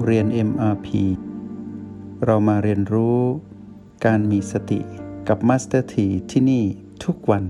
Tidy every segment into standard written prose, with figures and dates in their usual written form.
เรียน MRP เรามาเรียนรู้การมีสติกับ Master T ที่นี่ทุกวัน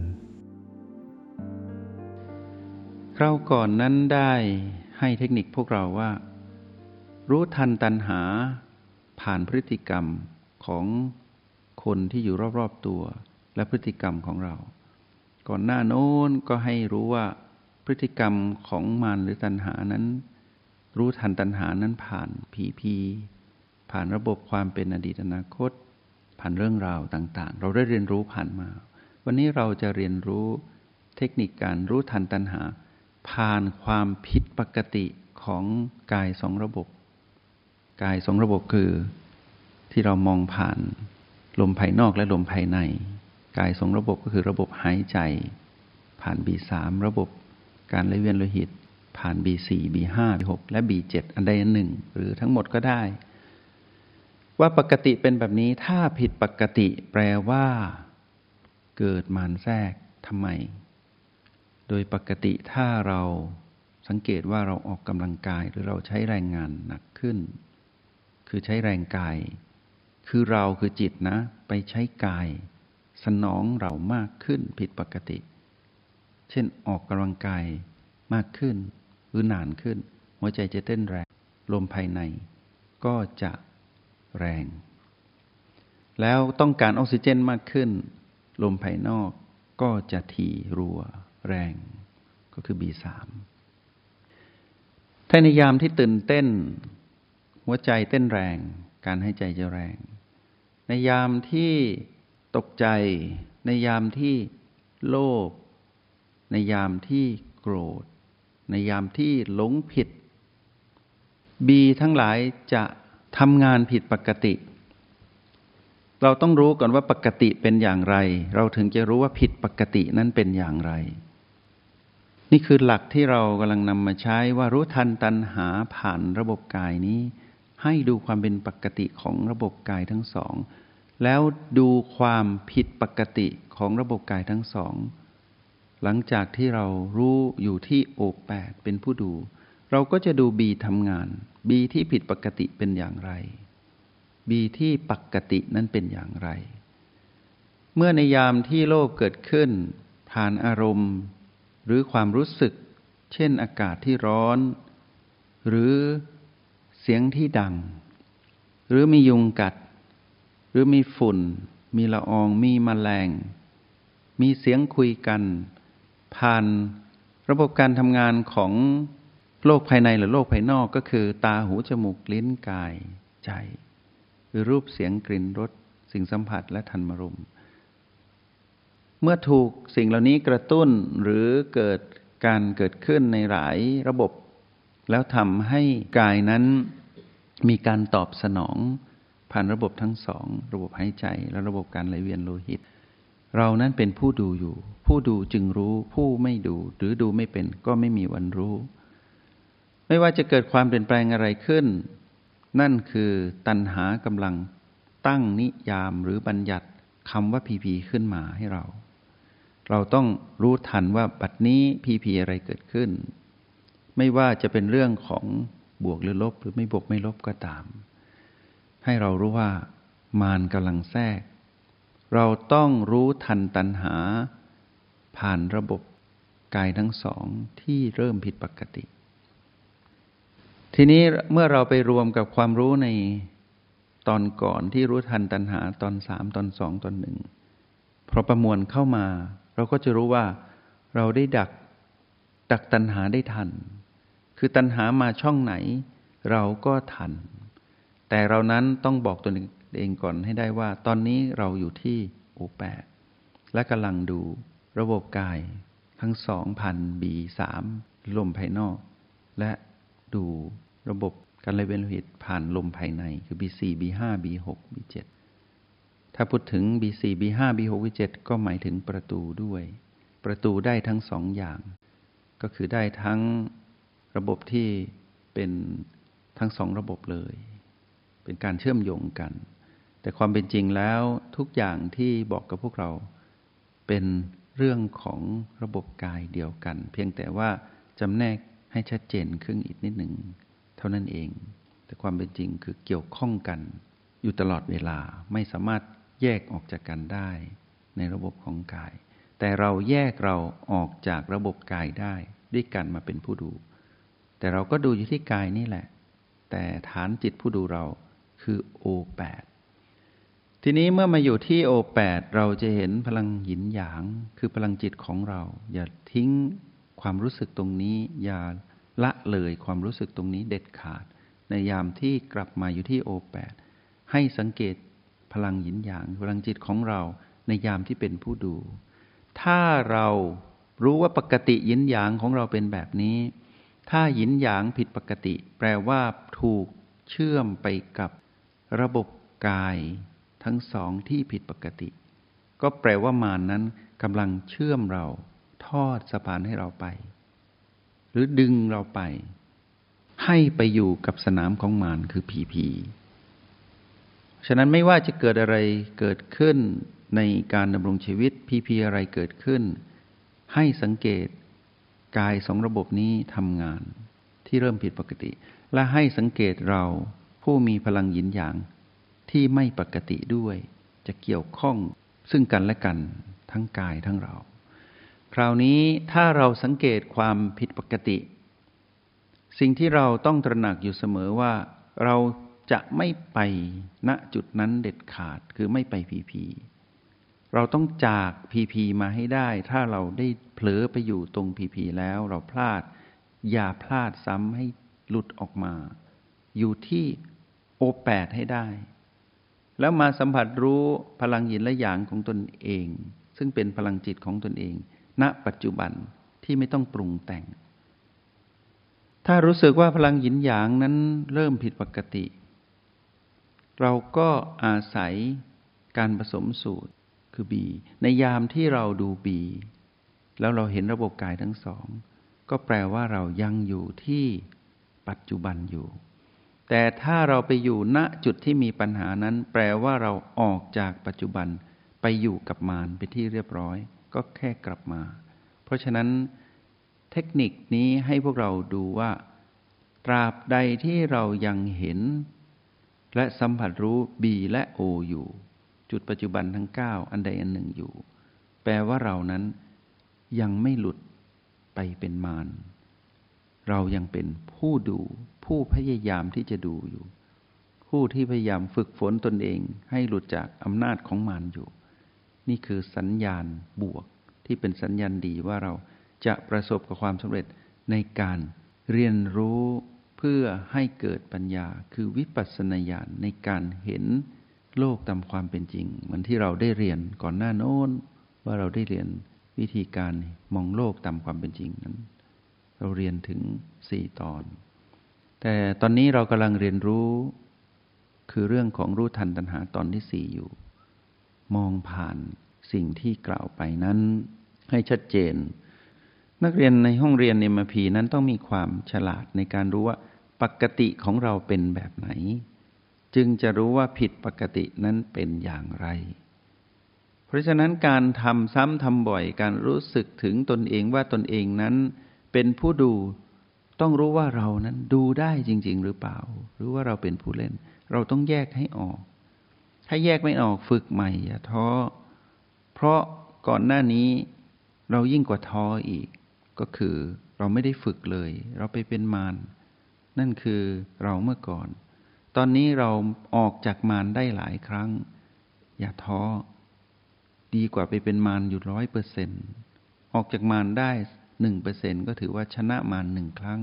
คราวก่อนนั้นได้ให้เทคนิคพวกเราว่ารู้ทันตัณหาผ่านพฤติกรรมของคนที่อยู่รอบๆตัวและพฤติกรรมของเราก่อนหน้าโน้นก็ให้รู้ว่าพฤติกรรมของมารหรือตัณหานั้นรู้ทันตัณหานั้นผ่านผีผ่านระบบความเป็นอดีตอนาคตผ่านเรื่องราวต่างๆเราได้เรียนรู้ผ่านมาวันนี้เราจะเรียนรู้เทคนิคการรู้ทันตัณหาผ่านความผิดปกติของกายสองระบบกายสองระบบคือที่เรามองผ่านลมภายนอกและลมภายในกายสองระบบก็คือระบบหายใจผ่าน B3 ระบบการไหลเวียนโลหิตผ่าน B4 B5 B6 และ B7 อันใดอันหนึ่งหรือทั้งหมดก็ได้ว่าปกติเป็นแบบนี้ถ้าผิดปกติแปลว่าเกิดมารแทรกทำไมโดยปกติถ้าเราสังเกตว่าเราออกกำลังกายหรือเราใช้แรงงานหนักขึ้นคือใช้แรงกายคือเราคือจิตนะไปใช้กายสนองเรามากขึ้นผิดปกติเช่นออกกำลังกายมากขึ้นหรือนานขึ้นหัวใจจะเต้นแรงลมภายในก็จะแรงแล้วต้องการออกซิเจนมากขึ้นลมภายนอกก็จะถี่รัวแรงก็คือ B3 ถ้าในยามที่ตื่นเต้นหัวใจเต้นแรงการหายใจจะแรงในยามที่ตกใจในยามที่โลภในยามที่โกรธในยามที่หลงผิด B ทั้งหลายจะทำงานผิดปกติเราต้องรู้ก่อนว่าปกติเป็นอย่างไรเราถึงจะรู้ว่าผิดปกตินั้นเป็นอย่างไรนี่คือหลักที่เรากำลังนำมาใช้ว่ารู้ทันตัณหาผ่านระบบกายนี้ให้ดูความเป็นปกติของระบบกายทั้งสองแล้วดูความผิดปกติของระบบกายทั้งสองหลังจากที่เรารู้อยู่ที่โอแปดเป็นผู้ดูเราก็จะดูบีทำงานบีที่ผิดปกติเป็นอย่างไรบีที่ปกตินั้นเป็นอย่างไรเมื่อในยามที่โลภเกิดขึ้นผ่านอารมณ์หรือความรู้สึกเช่นอากาศที่ร้อนหรือเสียงที่ดังหรือมียุงกัดหรือมีฝุ่นมีละอองมีแมลงมีเสียงคุยกันผ่านระบบการทำงานของโลกภายในหรือโลกภายนอกก็คือตาหูจมูกลิ้นกายใจหรือรูปเสียงกลิ่นรสสิ่งสัมผัสและธรรมารมณ์เมื่อถูกสิ่งเหล่านี้กระตุ้นหรือเกิดการเกิดขึ้นในหลายระบบแล้วทำให้กายนั้นมีการตอบสนองผ่านระบบทั้งสองระบบหายใจและระบบการไหลเวียนโลหิตเรานั้นเป็นผู้ดูอยู่ผู้ดูจึงรู้ผู้ไม่ดูหรือดูไม่เป็นก็ไม่มีวันรู้ไม่ว่าจะเกิดความเปลี่ยนแปลงอะไรขึ้นนั่นคือตัณหากำลังตั้งนิยามหรือบัญญัติคำว่าพีขึ้นมาให้เราต้องรู้ทันว่าบัดนี้พีอะไรเกิดขึ้นไม่ว่าจะเป็นเรื่องของบวกหรือลบหรือไม่บวกไม่ลบก็ตามให้เรารู้ว่ามารกำลังแทรกเราต้องรู้ทันตัณหาผ่านระบบกายทั้งสองที่เริ่มผิดปกติทีนี้เมื่อเราไปรวมกับความรู้ในตอนก่อนที่รู้ทันตัณหาตอน3ตอน2ตอน1พอประมวลเข้ามาเราก็จะรู้ว่าเราได้ดักตัณหาได้ทันคือตัณหามาช่องไหนเราก็ทันแต่เรานั้นต้องบอกตัวเองก่อนให้ได้ว่าตอนนี้เราอยู่ที่โอแปดและกำลังดูระบบกายทั้งสองผ่าน B3 ลมภายนอกและดูระบบการไหลเวียนโลหิตผ่านลมภายในคือ B4 B5 B6 B7 ถ้าพูดถึง B4 B5 B6 B7 ก็หมายถึงประตูด้วยประตูได้ทั้งสองอย่างก็คือได้ทั้งระบบที่เป็นทั้งสองระบบเลยเป็นการเชื่อมโยงกันแต่ความเป็นจริงแล้วทุกอย่างที่บอกกับพวกเราเป็นเรื่องของระบบกายเดียวกันเพียงแต่ว่าจำแนกให้ชัดเจนขึ้นอีกนิดหนึ่งเท่านั้นเองแต่ความเป็นจริงคือเกี่ยวข้องกันอยู่ตลอดเวลาไม่สามารถแยกออกจากกันได้ในระบบของกายแต่เราแยกเราออกจากระบบกายได้ด้วยกันมาเป็นผู้ดูแต่เราก็ดูอยู่ที่กายนี่แหละแต่ฐานจิตผู้ดูเราคือ O8 ทีนี้เมื่อมาอยู่ที่ O8 เราจะเห็นพลังหยินหยางคือพลังจิตของเราอย่าทิ้งความรู้สึกตรงนี้อย่าละเลยความรู้สึกตรงนี้เด็ดขาดในยามที่กลับมาอยู่ที่ O8 ให้สังเกตพลังหยินหยางพลังจิตของเราในยามที่เป็นผู้ดูถ้าเรารู้ว่าปกติหยินหยางของเราเป็นแบบนี้ถ้าหยินหยางผิดปกติแปลว่าถูกเชื่อมไปกับระบบกายทั้งสองที่ผิดปกติก็แปลว่ามารนั้นกำลังเชื่อมเราทอดสะพานให้เราไปหรือดึงเราไปให้ไปอยู่กับสนามของมารคือผีฉะนั้นไม่ว่าจะเกิดอะไรเกิดขึ้นในการดำรงชีวิตผีอะไรเกิดขึ้นให้สังเกตกายสองระบบนี้ทำงานที่เริ่มผิดปกติและให้สังเกตเราผู้มีพลังหยินหยางที่ไม่ปกติด้วยจะเกี่ยวข้องซึ่งกันและกันทั้งกายทั้งเราคราวนี้ถ้าเราสังเกตความผิดปกติสิ่งที่เราต้องตระหนักอยู่เสมอว่าเราจะไม่ไปณจุดนั้นเด็ดขาดคือไม่ไปผีเราต้องจากผีมาให้ได้ถ้าเราได้เผลอไปอยู่ตรงผีแล้วเราพลาดอย่าพลาดซ้ำให้หลุดออกมาอยู่ที่O8ให้ได้แล้วมาสัมผัสรู้พลังหยินและหยางของตนเองซึ่งเป็นพลังจิตของตนเองณปัจจุบันที่ไม่ต้องปรุงแต่งถ้ารู้สึกว่าพลังหยินหยางนั้นเริ่มผิดปกติเราก็อาศัยการผสมสูตรคือ B ในยามที่เราดู B แล้วเราเห็นระบบกายทั้งสองก็แปลว่าเรายังอยู่ที่ปัจจุบันอยู่แต่ถ้าเราไปอยู่ณจุดที่มีปัญหานั้นแปลว่าเราออกจากปัจจุบันไปอยู่กับมารเป็นที่เรียบร้อยก็แค่กลับมาเพราะฉะนั้นเทคนิคนี้ให้พวกเราดูว่าตราบใดที่เรายังเห็นและสัมผัสรู้ B และ O อยู่จุดปัจจุบันทั้ง9อันใดอันหนึ่งอยู่แปลว่าเรานั้นยังไม่หลุดไปเป็นมารเรายังเป็นผู้ดูผู้พยายามที่จะดูอยู่ผู้ที่พยายามฝึกฝนตนเองให้หลุดจากอำนาจของมารอยู่นี่คือสัญญาณบวกที่เป็นสัญญาณดีว่าเราจะประสบกับความสำเร็จในการเรียนรู้เพื่อให้เกิดปัญญาคือวิปัสสนาญาณในการเห็นโลกตามความเป็นจริงเหมือนที่เราได้เรียนก่อนหน้าโน้นว่าเราได้เรียนวิธีการมองโลกตามความเป็นจริงนั้นเราเรียนถึง4 ตอนแต่ตอนนี้เรากำลังเรียนรู้คือเรื่องของรู้ทันตัณหาตอนที่4อยู่มองผ่านสิ่งที่กล่าวไปนั้นให้ชัดเจนนักเรียนในห้องเรียน MRP นั้นต้องมีความฉลาดในการรู้ว่าปกติของเราเป็นแบบไหนจึงจะรู้ว่าผิดปกตินั้นเป็นอย่างไรเพราะฉะนั้นการทำซ้ำทำบ่อยการรู้สึกถึงตนเองว่าตนเองนั้นเป็นผู้ดูต้องรู้ว่าเรานั้นดูได้จริงๆหรือเปล่าหรือว่าเราเป็นผู้เล่นเราต้องแยกให้ออกถ้าแยกไม่ออกฝึกใหม่อย่าท้อเพราะก่อนหน้านี้เรายิ่งกว่าท้ออีกก็คือเราไม่ได้ฝึกเลยเราไปเป็นมารนั่นคือเราเมื่อก่อนตอนนี้เราออกจากมารได้หลายครั้งอย่าท้อดีกว่าไปเป็นมารอยู่ 100% ออกจากมารได้ 1% ก็ถือว่าชนะมาร1 ครั้ง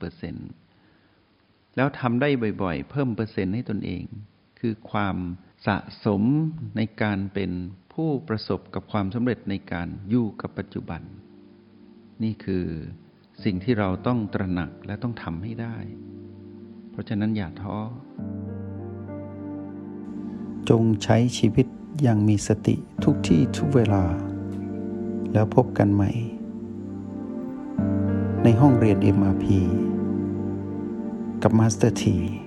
1% แล้วทำได้บ่อยๆเพิ่มเปอร์เซ็นต์ให้ตนเองคือความสะสมในการเป็นผู้ประสบกับความสำเร็จในการอยู่กับปัจจุบันนี่คือสิ่งที่เราต้องตระหนักและต้องทำให้ได้เพราะฉะนั้นอย่าท้อจงใช้ชีวิตอย่างมีสติทุกที่ทุกเวลาแล้วพบกันใหม่ในห้องเรียน MRP กับมาสเตอร์ที